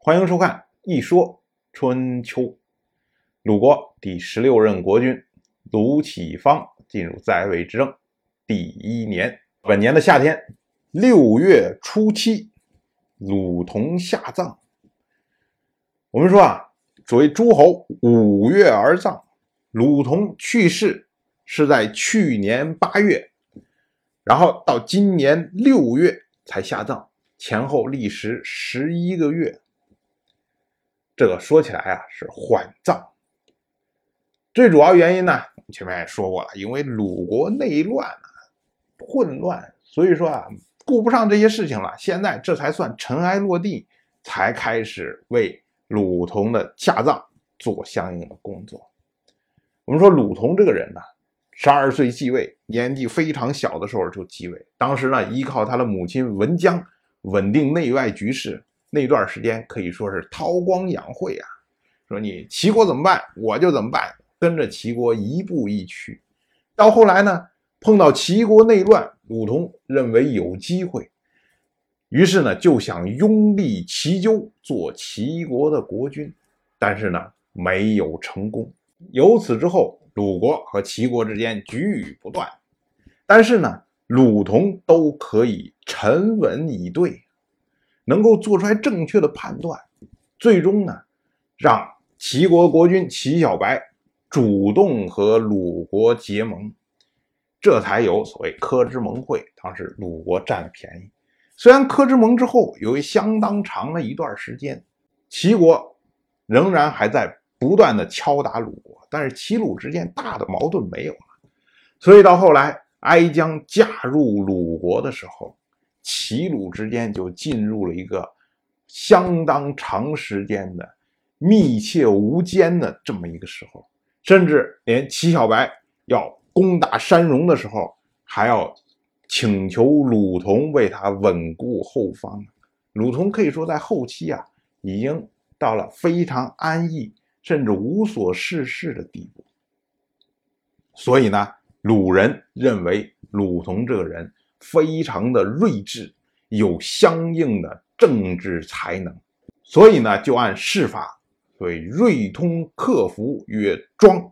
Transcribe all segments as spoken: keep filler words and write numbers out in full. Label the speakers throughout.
Speaker 1: 欢迎收看《一说春秋》。鲁国第十六任国君鲁启方进入在位执政第一年，本年的夏天，六月初七，鲁同下葬。我们说啊，所谓诸侯五月而葬，鲁同去世是在去年八月，然后到今年六月才下葬，前后历时十一个月。这个说起来啊是缓葬，最主要原因呢，前面也说过了，因为鲁国内乱啊，混乱，所以说啊顾不上这些事情了，现在这才算尘埃落定，才开始为鲁同的下葬做相应的工作。我们说鲁同这个人呢，十二岁继位，年纪非常小的时候就继位，当时呢依靠他的母亲文姜稳定内外局势，那段时间可以说是韬光养晦啊，说你齐国怎么办我就怎么办，跟着齐国一步一趋。到后来呢，碰到齐国内乱，鲁同认为有机会，于是呢就想拥立齐纠做齐国的国君，但是呢没有成功。由此之后，鲁国和齐国之间局域不断，但是呢鲁同都可以沉稳以对，能够做出来正确的判断，最终呢让齐国国君齐小白主动和鲁国结盟，这才有所谓柯之盟会，当时鲁国占了便宜。虽然柯之盟之后有一相当长的一段时间，齐国仍然还在不断的敲打鲁国，但是齐鲁之间大的矛盾没有了。所以到后来哀姜嫁入鲁国的时候，齐鲁之间就进入了一个相当长时间的密切无间的这么一个时候，甚至连齐小白要攻打山戎的时候，还要请求鲁同为他稳固后方。鲁同可以说在后期啊，已经到了非常安逸甚至无所事事的地步。所以呢，鲁人认为鲁同这个人非常的睿智，有相应的政治才能，所以呢就按谥法，所以睿通克服曰庄，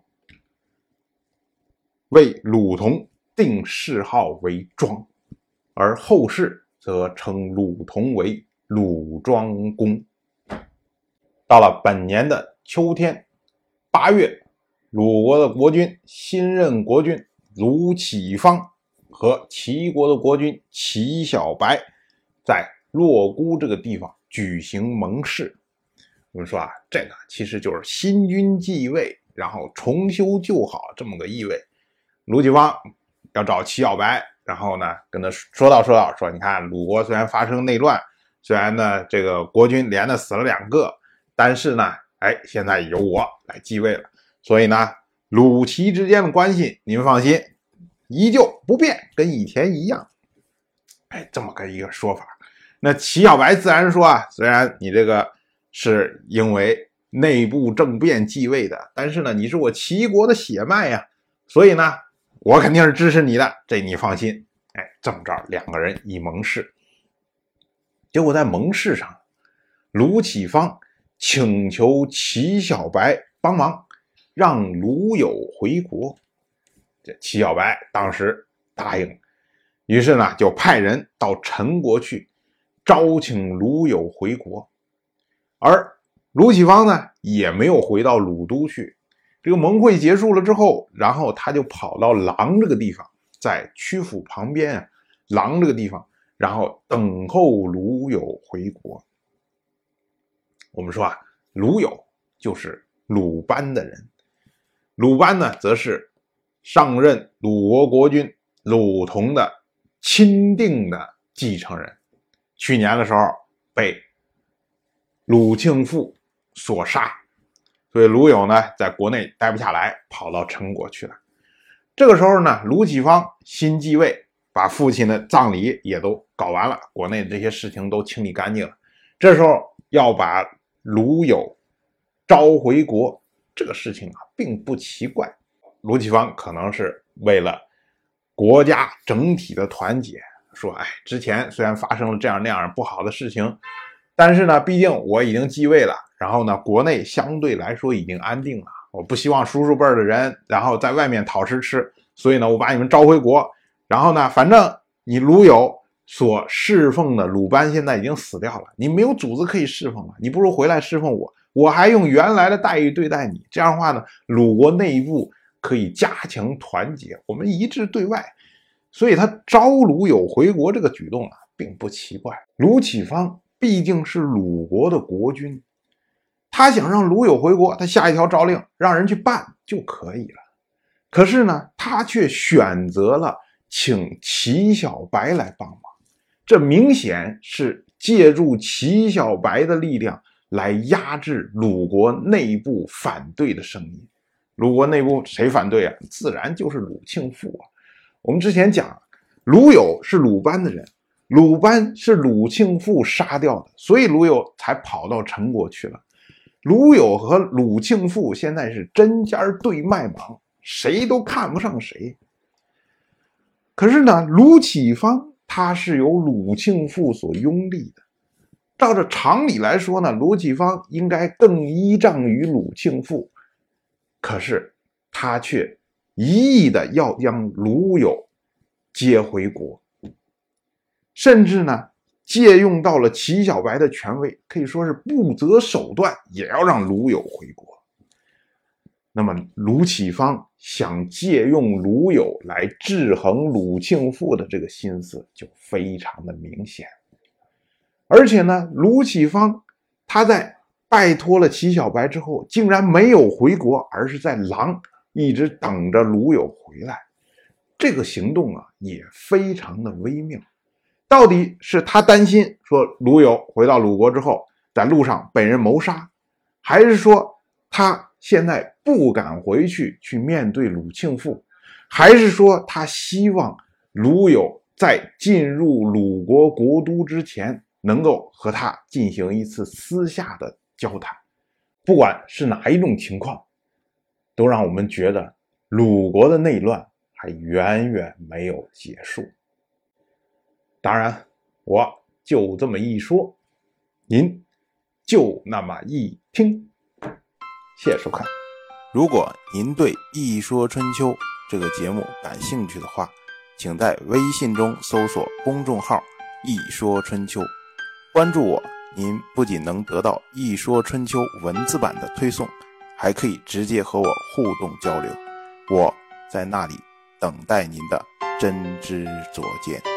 Speaker 1: 为鲁同定谥号为庄，而后世则称鲁同为鲁庄公。到了本年的秋天八月，鲁国的国君新任国君鲁启方和齐国的国君齐小白在洛姑这个地方举行盟誓。我们说啊，这个其实就是新君继位，然后重修旧好这么个意味。鲁启方要找齐小白，然后呢跟他说道说道，说你看鲁国虽然发生内乱，虽然呢这个国君连着死了两个，但是呢哎现在由我来继位了，所以呢鲁齐之间的关系你们放心依旧不变，跟以前一样。哎，这么个一个说法。那齐小白自然说啊，虽然你这个是因为内部政变继位的，但是呢你是我齐国的血脉呀，所以呢我肯定是支持你的，这你放心。哎，这么着两个人一盟誓。结果在盟誓上，鲁启方请求齐小白帮忙让鲁友回国，这齐小白当时答应，于是呢就派人到陈国去招请鲁友回国。而鲁启方呢也没有回到鲁都去，这个盟会结束了之后，然后他就跑到狼这个地方，在曲阜旁边啊，狼这个地方，然后等候鲁友回国。我们说啊，鲁友就是鲁班的人，鲁班呢则是上任鲁国国君鲁同的钦定的继承人，去年的时候被鲁庆父所杀，所以鲁友呢在国内待不下来，跑到陈国去了。这个时候呢，鲁启方新继位，把父亲的葬礼也都搞完了，国内这些事情都清理干净了。这时候要把鲁友召回国，这个事情啊并不奇怪。鲁启方可能是为了国家整体的团结，说哎，之前虽然发生了这样那样不好的事情， 但是呢，毕竟我已经继位了，然后呢，国内相对来说已经安定了，我不希望叔叔辈的人然后在外面讨吃吃，所以呢，我把你们召回国。然后呢，反正你鲁有所侍奉的鲁班现在已经死掉了，你没有主子可以侍奉了，你不如回来侍奉我，我还用原来的待遇对待你。这样的话呢，鲁国内部可以加强团结，我们一致对外。所以他招鲁有回国这个举动啊，并不奇怪。鲁启方毕竟是鲁国的国君，他想让鲁有回国，他下一条诏令让人去办就可以了。可是呢，他却选择了请齐小白来帮忙，这明显是借助齐小白的力量来压制鲁国内部反对的声音。鲁国内部谁反对啊？自然就是鲁庆父啊。我们之前讲，鲁有是鲁班的人，鲁班是鲁庆父杀掉的，所以鲁有才跑到陈国去了。鲁有和鲁庆父现在是针尖对麦芒，谁都看不上谁。可是呢，鲁启方他是由鲁庆父所拥立的，照着常理来说呢，鲁启方应该更依仗于鲁庆父，可是他却一意的要将鲁有接回国，甚至呢借用到了齐小白的权威，可以说是不择手段也要让鲁有回国。那么鲁启方想借用鲁有来制衡鲁庆父的这个心思就非常的明显。而且呢，鲁启方他在拜托了齐小白之后，竟然没有回国，而是在狼一直等着鲁有回来。这个行动啊也非常的微妙，到底是他担心说鲁有回到鲁国之后在路上被人谋杀，还是说他现在不敢回去去面对鲁庆父，还是说他希望鲁有在进入鲁国国都之前能够和他进行一次私下的交谈？不管是哪一种情况，都让我们觉得鲁国的内乱还远远没有结束。当然，我就这么一说，您就那么一听。谢谢收看。
Speaker 2: 如果您对《一说春秋》这个节目感兴趣的话，请在微信中搜索公众号“一说春秋”，关注我，您不仅能得到《一说春秋》文字版的推送，还可以直接和我互动交流。我在那里等待您的真知灼见。